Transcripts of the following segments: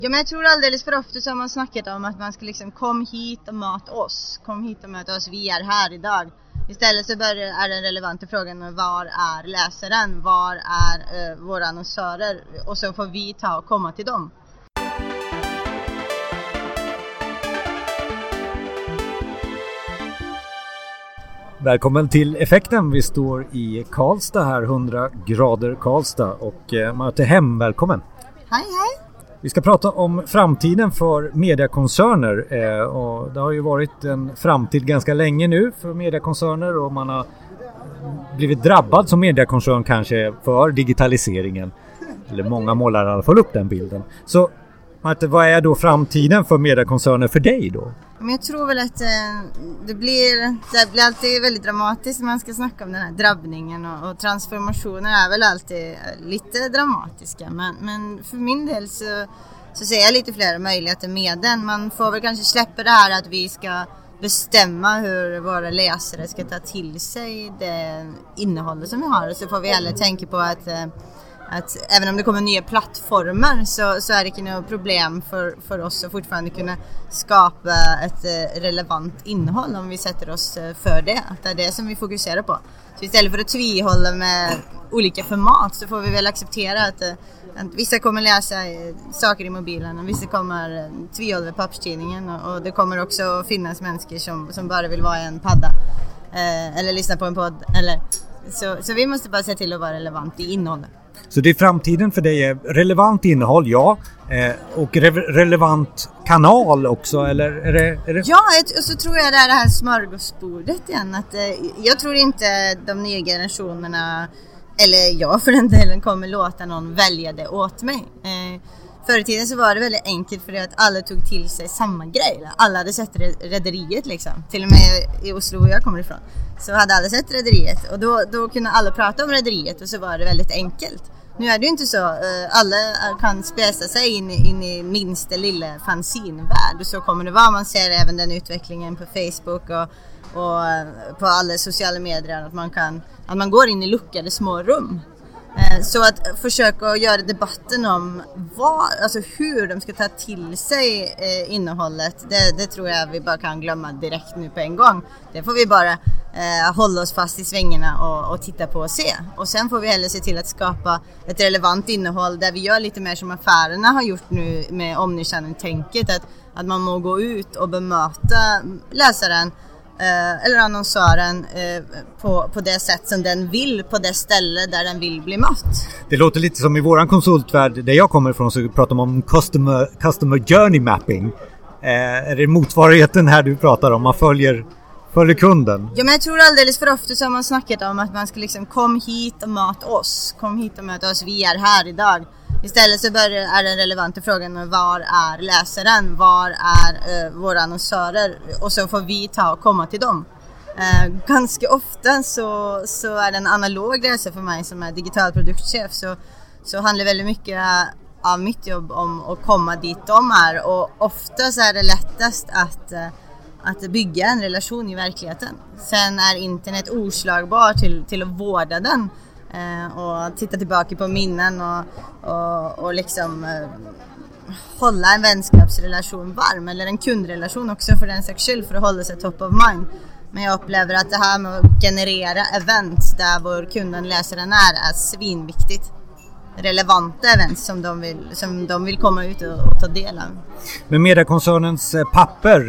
Ja, men jag tror alldeles för ofta så har man snackat om att man ska liksom kom hit och möta oss. Kom hit och möta oss, vi är här idag. Istället så är den relevanta frågan: var är läsaren? Var är våra annonsörer? Och så får vi ta och komma till dem. Välkommen till Effekten. Vi står i Karlstad här, 100 grader Karlstad. Och Marta Hem, välkommen. Hej, hej. Vi ska prata om framtiden för mediekoncerner. Och det har ju varit en framtid ganska länge nu för mediekoncerner. Och man har blivit drabbad som mediekoncern kanske för digitaliseringen. Eller många målar i alla fall upp den bilden. Så Marta, vad är då framtiden för mediekoncerner för dig då? Men jag tror väl att det blir alltid väldigt dramatiskt när man ska snacka om den här drabbningen och transformationer är väl alltid lite dramatiska. Men för min del så ser jag lite fler möjligheter med den. Man får väl kanske släppa det här att vi ska bestämma hur våra läsare ska ta till sig det innehållet som vi har. Så får vi heller tänka på att även om det kommer nya plattformar så är det inte något problem för oss att fortfarande kunna skapa ett relevant innehåll om vi sätter oss för det. Att det är det som vi fokuserar på. Så istället för att tvihålla med olika format så får vi väl acceptera att vissa kommer läsa saker i mobilen och vissa kommer tvihålla med papperstidningen och det kommer också finnas människor som bara vill vara i en padda eller lyssna på en podd. Så vi måste bara se till att vara relevant i innehållet. Så det är framtiden för dig är relevant innehåll, ja. Och relevant kanal också, eller är det? Ja, och så tror jag det är det här smörgåsbordet igen. Att, jag tror inte de nya generationerna, eller jag för den delen, kommer låta någon välja det åt mig. Förr i tiden så var det väldigt enkelt för att alla tog till sig samma grej. Alla hade sett rederiet liksom. Till och med i Oslo, jag kommer ifrån, så hade alla sett rederiet. Och då kunde alla prata om rederiet och så var det väldigt enkelt. Nu är det ju inte så. Alla kan späsa sig in i minsta lilla fanzinvärld. Och så kommer det vara. Man ser även den utvecklingen på Facebook och på alla sociala medier. Att man går in i luckade små rum. Så att försöka göra debatten om hur de ska ta till sig innehållet, det tror jag vi bara kan glömma direkt nu på en gång. Det får vi bara hålla oss fast i svängarna och titta på och se. Och sen får vi heller se till att skapa ett relevant innehåll där vi gör lite mer som affärerna har gjort nu med omnichannel-tänket. Att man må gå ut och bemöta läsaren eller annonsören på det sätt som den vill, på det ställe där den vill bli mött. Det låter lite som i våran konsultvärld där jag kommer ifrån, så pratar man om customer journey mapping. Är det motsvarigheten här du pratar om? Man följer kunden? Ja, men jag tror alldeles för ofta så har man snackat om att man ska liksom kom hit och möta oss. Kom hit och möta oss, vi är här idag. Istället så är den relevanta frågan: var är läsaren? Var är våra annonsörer? Och så får vi ta och komma till dem. Ganska ofta så är det en analog resa för mig som är digital produktchef. Så handlar väldigt mycket av mitt jobb om att komma dit de är. Och ofta så är det lättast att bygga en relation i verkligheten. Sen är internet oslagbar till att vårda den. Och titta tillbaka på minnen och liksom hålla en vänskapsrelation varm, eller en kundrelation också för den skull, för att hålla sig top of mind. Men jag upplever att det här med att generera events där vår kunden läsaren är svinviktigt. Relevanta events som de vill komma ut och ta del av. Men mediekoncernens papper,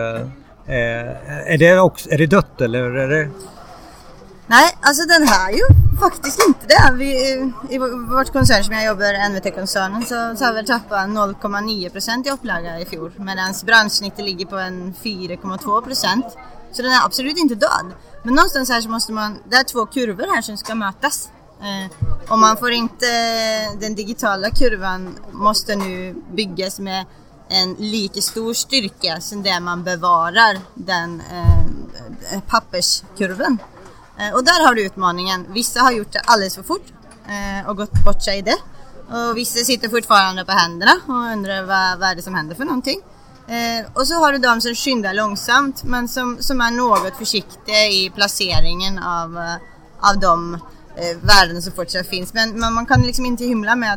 är det dött eller är det? Nej, alltså den här ju faktiskt inte det. I vårt koncern som jag jobbar, NVT-koncernen, så har vi tappat 0,9% i upplaga i fjol. Medan branschsnittet ligger på en 4,2%. Så den är absolut inte död. Men någonstans här så måste det är två kurvor här som ska mötas. Och man får inte, den digitala kurvan måste nu byggas med en lika stor styrka som det man bevarar den papperskurven. Och där har du utmaningen. Vissa har gjort det alldeles för fort och gått bort sig i det. Och vissa sitter fortfarande på händerna och undrar vad är det som händer för någonting. Och så har du de som skyndar långsamt men som är något försiktiga i placeringen av de värden som fortfarande finns. Men man kan liksom inte hymla med att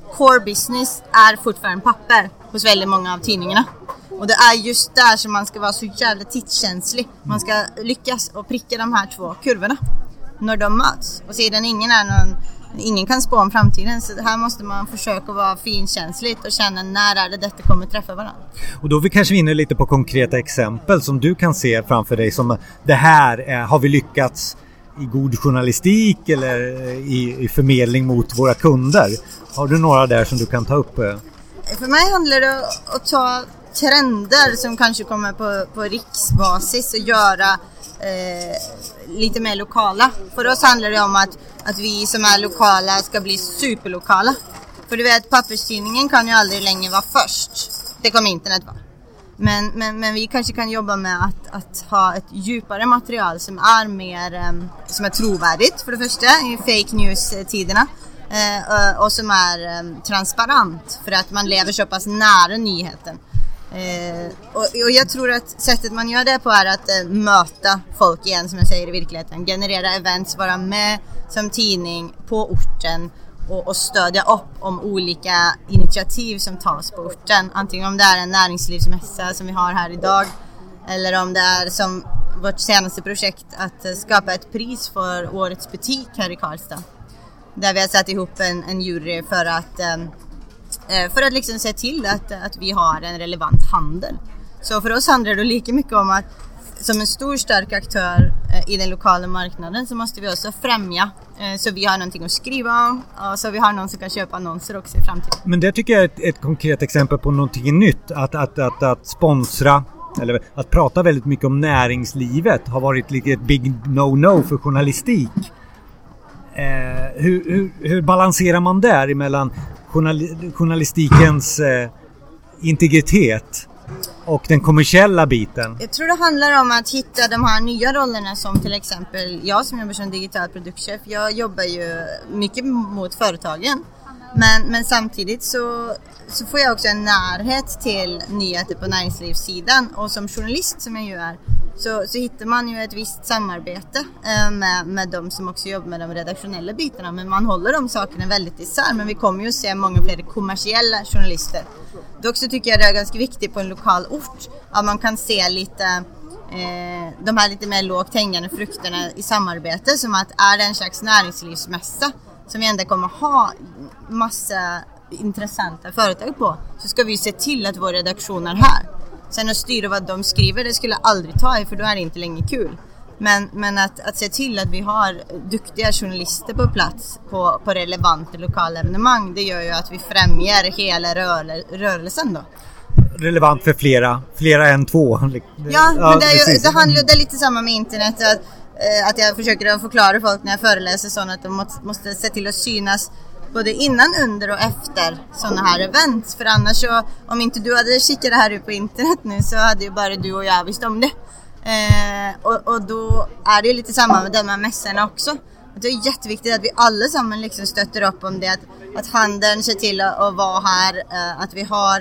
core business är fortfarande papper hos väldigt många av tidningarna. Och det är just där som man ska vara så jävla tidskänslig. Man ska lyckas och pricka de här 2 kurvorna när de möts. Och sedan ingen kan spå om framtiden, så här måste man försöka vara finkänsligt och känna när är det detta kommer träffa varandra. Och då vi kanske vinner lite på konkreta exempel som du kan se framför dig som det här har vi lyckats i god journalistik eller i förmedling mot våra kunder. Har du några där som du kan ta upp? För mig handlar det om att ta trender som kanske kommer på riksbasis och göra lite mer lokala. För oss handlar det om att vi som är lokala ska bli superlokala. För du vet, papperstidningen kan ju aldrig längre vara först. Det kommer internet vara. Men vi kanske kan jobba med att ha ett djupare material som är mer som är trovärdigt för det första i fake news-tiderna. Och som är transparent för att man lever så pass nära nyheten. Och jag tror att sättet man gör det på är att möta folk igen, som jag säger, i verkligheten. Generera events, vara med som tidning på orten och stödja upp om olika initiativ som tas på orten. Antingen om det är en näringslivsmässa som vi har här idag, eller om det är som vårt senaste projekt att skapa ett pris för årets butik här i Karlstad. Där vi har satt ihop en jury för att liksom se till att vi har en relevant handel. Så för oss handlar det lika mycket om att som en stor stark aktör i den lokala marknaden så måste vi också främja så vi har någonting att skriva om och så vi har någon som kan köpa annonser också i framtiden. Men det tycker jag är ett konkret exempel på någonting nytt. Att sponsra eller att prata väldigt mycket om näringslivet har varit lite ett big no-no för journalistik. Hur balanserar man där emellan journalistikens integritet och den kommersiella biten? Jag tror det handlar om att hitta de här nya rollerna, som till exempel jag som jobbar som digital produktchef. Jag jobbar ju mycket mot företagen, men samtidigt så får jag också en närhet till nyheter på näringslivssidan, och som journalist som jag ju är så hittar man ju ett visst samarbete med de som också jobbar med de redaktionella bitarna, men man håller de sakerna väldigt isär. Men vi kommer ju att se många fler kommersiella journalister. Dock så tycker jag det är ganska viktigt på en lokal ort att man kan se lite de här lite mer lågt hängande frukterna i samarbete, som att är det en slags näringslivsmässa som vi ändå kommer ha massa intressanta företag på, så ska vi se till att vår redaktion är här. Sen att styra vad de skriver, det skulle jag aldrig ta i, för då är det inte längre kul. Men att se till att vi har duktiga journalister på plats på relevanta lokala evenemang, det gör ju att vi främjar hela rörelsen då. Relevant för flera än 2. Ja, men det handlar lite samma med internet, att jag försöker att förklara folk när jag föreläser sånt att de måste se till att synas både innan, under och efter sådana här events. För annars så, om inte du hade kikat det här på internet nu, så hade ju bara du och jag visst om det. Och då är det ju lite samma med de här mässorna också. Det är jätteviktigt att vi alla samman liksom stöter upp om det, att handeln ser till att vara här, att vi har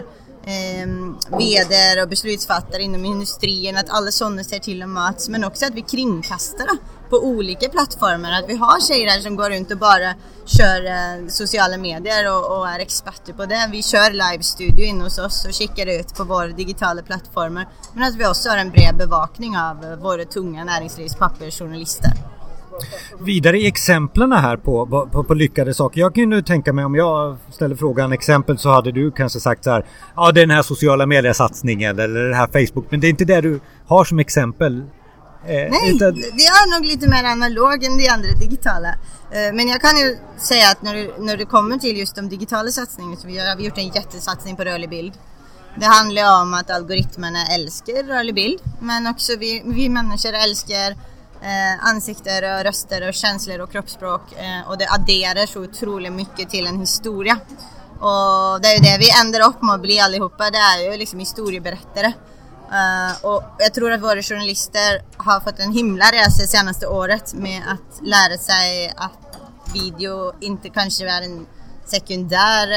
vd och beslutsfattare inom industrin, att alla sådana ser till att möts, men också att vi kringkastar på olika plattformar, att vi har tjejer som går runt och bara kör sociala medier och är experter på det. Vi kör live-studio in hos oss och skickar ut på våra digitala plattformar, men att vi också har en bred bevakning av våra tunga näringslivspappersjournalister. Vidare i exemplen här på lyckade saker. Jag kunde tänka mig, om jag ställer frågan exempel, så hade du kanske sagt så här: ja, den här sociala mediesatsningen eller det här Facebook, men det är inte det du har som exempel. Nej, det är nog lite mer analog än de andra digitala. Men jag kan ju säga att när det kommer till just de digitala satsningarna, så vi har gjort en jättesatsning på rörlig bild. Det handlar om att algoritmerna älskar rörlig bild, men också vi människor älskar ansikter och röster och känslor och kroppsspråk, och det adderar så otroligt mycket till en historia. Och det är ju det vi ändrar upp med att bli allihopa, det är ju liksom historieberättare. Och jag tror att våra journalister har fått en himla resa senaste året med att lära sig att video inte kanske är en sekundär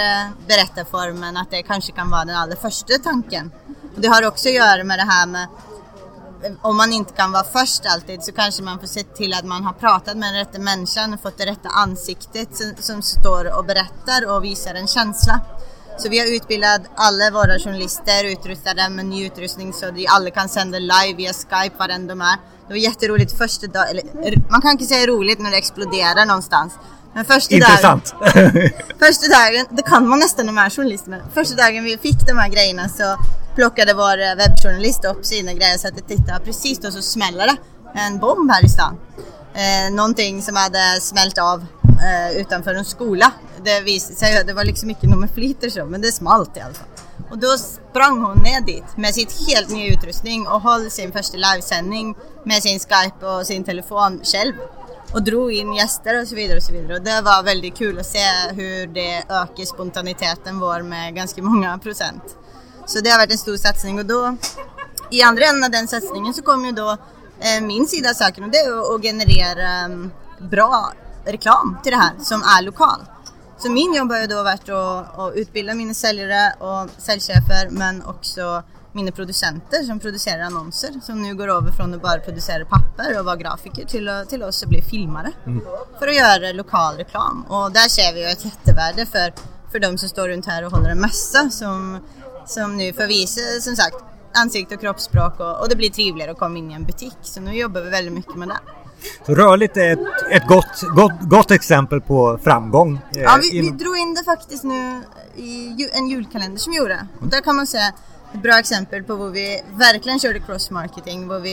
berättarform, men att det kanske kan vara den allra första tanken. Och det har också att göra med det här med om man inte kan vara först alltid, så kanske man får se till att man har pratat med den rätta människan och fått det rätta ansiktet som står och berättar och visar en känsla. Så vi har utbildat alla våra journalister, utrustade med ny utrustning så att alla kan sända live via Skype var än de är. Det var jätteroligt första dagen, eller man kan inte säga roligt när det exploderar någonstans. Men Intressant. Första dagen, det kan man nästan när man är journalist, men första dagen vi fick de här grejerna så plockade vår webbjournalist upp sina grejer så att det tittade precis då, så smällde det en bomb här i stan. Någonting som hade smält av utanför en skola. Det visade sig, det var liksom inte någon med fliter så, men det smalt i alla fall. Och då sprang hon ner dit med sitt helt nya utrustning och höll sin första livesändning med sin Skype och sin telefon själv. Och drog in gäster och så vidare och så vidare. Och det var väldigt kul att se hur det ökar spontaniteten vår med ganska många procent. Så det har varit en stor satsning. Och då, i andra änden av den satsningen så kom ju då min sida av saken. Och det är att generera bra reklam till det här som är lokal. Så min jobb har ju då varit att utbilda mina säljare och säljchefer, men också mina producenter som producerar annonser, som nu går över från att bara producera papper och vara grafiker till oss att bli filmare för att göra lokal reklam. Och där ser vi ju ett jättevärde för de som står runt här och håller en mässa som nu får visa, som sagt, ansikte och kroppsspråk och det blir trevligare att komma in i en butik. Så nu jobbar vi väldigt mycket med det. Så rörligt är ett gott exempel på framgång. Ja, vi drog in det faktiskt nu i en julkalender som gjorde. Och där kan man säga ett bra exempel på hvor vi verkligen körde cross-marketing. Hvor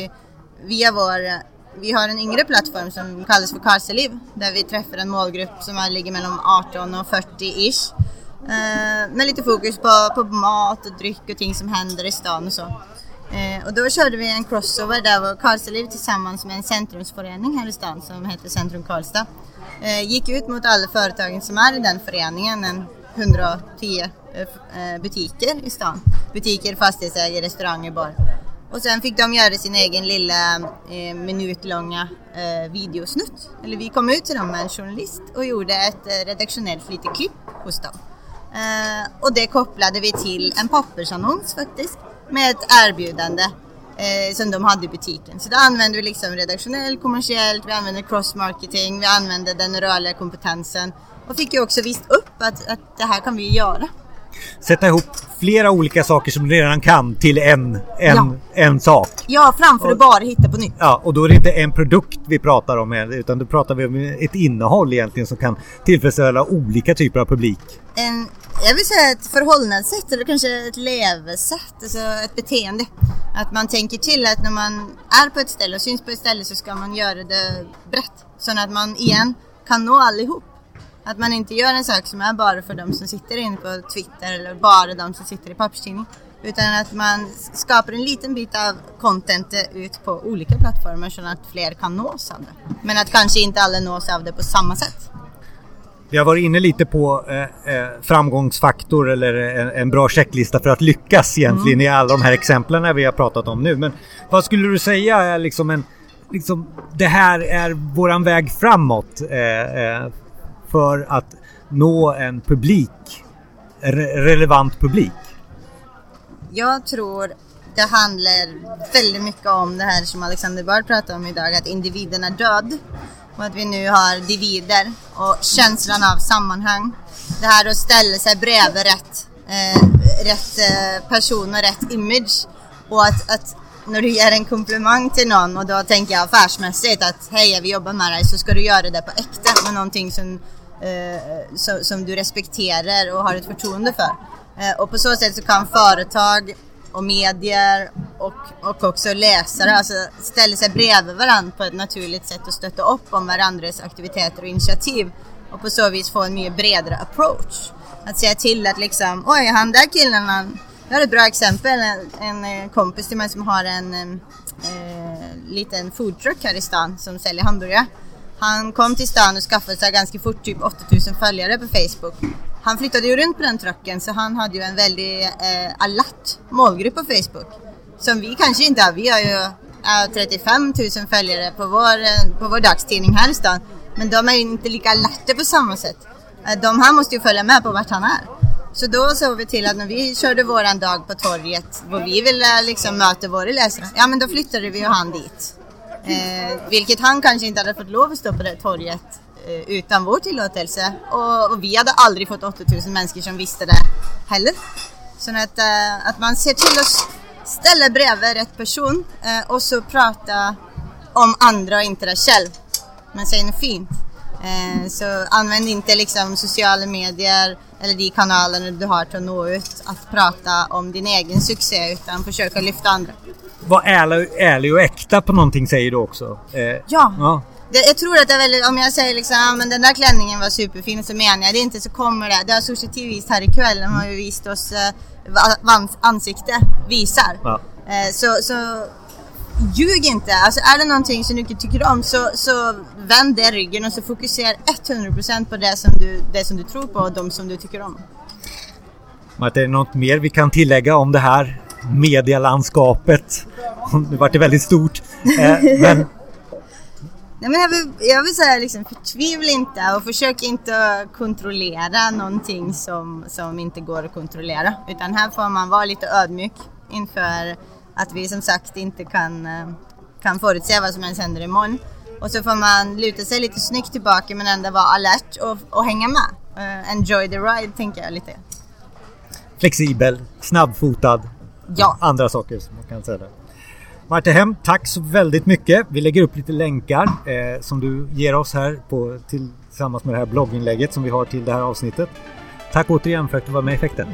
vi har en yngre plattform som kallas för Karlseliv, där vi träffar en målgrupp som ligger mellan 18 och 40-ish. Med lite fokus på mat och dryck och ting som händer i stan och så. Och då körde vi en crossover där var Karlseliv tillsammans med en centrumsförening här i stan som heter Centrum Karlstad. Gick ut mot alla företagen som är i den föreningen, 110 butiker i stan. Butiker, fastighetsägare, restauranger, bar. Och sen fick de göra sin egen lilla minutlånga videosnutt. Eller vi kom ut till dem med en journalist och gjorde ett redaktionellt litet klipp hos dem. Och det kopplade vi till en pappersannons faktiskt, med ett erbjudande som de hade i butiken. Så då använde vi liksom redaktionellt, kommersiellt, vi använde cross-marketing, vi använde den rörliga kompetensen och fick ju också visst upp att det här kan vi göra. Sätta ihop flera olika saker som du redan kan till en sak. Ja, framför att bara hitta på nytt. Ja, och då är det inte en produkt vi pratar om, utan då pratar vi om ett innehåll egentligen som kan tillfredsställa olika typer av publik. Jag vill säga ett förhållningssätt eller kanske ett levesätt, alltså ett beteende. Att man tänker till att när man är på ett ställe och syns på ett ställe så ska man göra det brett. Så att man igen kan nå allihop. Att man inte gör en sak som är bara för de som sitter inne på Twitter eller bara de som sitter i papperstidning. Utan att man skapar en liten bit av content ut på olika plattformar så att fler kan nås av det. Men att kanske inte alla nås av det på samma sätt. Vi har varit inne lite på framgångsfaktor eller en bra checklista för att lyckas egentligen i alla de här exemplen vi har pratat om nu. Men vad skulle du säga är liksom det här är våran väg framåt för att nå en relevant publik? Jag tror det handlar väldigt mycket om det här som Alexander Bard pratade om idag, att individen är död. Och att vi nu har divider och känslan av sammanhang. Det här att ställa sig bredvid rätt person och rätt image. Och att när du ger en komplimang till någon och då tänker jag affärsmässigt att hej, vi jobbar med dig, så ska du göra det på äkta med någonting som du respekterar och har ett förtroende för. Och på så sätt så kan företag och medier och också läsare alltså ställa sig bredvid varandra på ett naturligt sätt och stötta upp om varandras aktiviteter och initiativ och på så vis få en mycket bredare approach. Att säga till att liksom, oj, han där killen, jag har ett bra exempel, en kompis till mig som har en liten foodtruck här i stan som säljer hamburgare. Han kom till stan och skaffade sig ganska fort typ 8000 följare på Facebook. Han flyttade ju runt på den trucken så han hade ju en väldigt alert målgrupp på Facebook. Som vi kanske inte har. Vi har ju 35 000 följare på vår dagstidning här i stan. Men de är ju inte lika alerta på samma sätt. De här måste ju följa med på vart han är. Så då såg vi till att när vi körde våran dag på torget och vi ville liksom möta våra läsare, ja men då flyttade vi ju han dit. Vilket han kanske inte hade fått lov att stå på det torget utan vår tillåtelse. Och vi hade aldrig fått 8000 människor som visste det heller. Så att man ser till att ställa bredvid rätt person och så prata om andra och inte det själv. Men säg något fint. Så använd inte liksom sociala medier eller de kanalerna du har till att nå ut att prata om din egen succé utan försöka lyfta andra. Var ärlig och äkta på någonting säger du också. Ja. Jag tror att det är väldigt, om jag säger liksom men den där klänningen var superfin så menar jag det inte så kommer det. Det har Society visat här ikväll. De har ju visat oss vad ansikte visar. Ja. Så ljug inte. Alltså är det någonting som du inte tycker om så vänd det ryggen och så fokusera 100% på det som du tror på och de som du tycker om. Martin, är det något mer vi kan tillägga om det här medialandskapet? Det var väldigt stort. Men nej, men jag vill säga liksom, förtvivla inte och försök inte kontrollera någonting som inte går att kontrollera. Utan här får man vara lite ödmjuk inför att vi som sagt inte kan förutse vad som ens händer imorgon. Och så får man luta sig lite snyggt tillbaka men ändå vara alert och hänga med. Enjoy the ride tänker jag lite. Flexibel, snabbfotad. Ja. Andra saker som man kan säga där. Martin Hem, tack så väldigt mycket. Vi lägger upp lite länkar som du ger oss här tillsammans med det här blogginlägget som vi har till det här avsnittet. Tack återigen för att du var med i Effekten.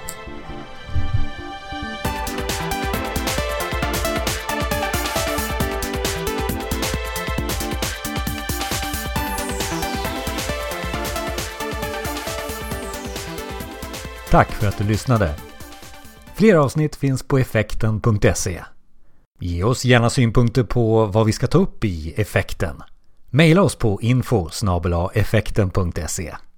Tack för att du lyssnade. Fler avsnitt finns på effekten.se. Ge oss gärna synpunkter på vad vi ska ta upp i Effekten. Maila oss på info@effekten.se.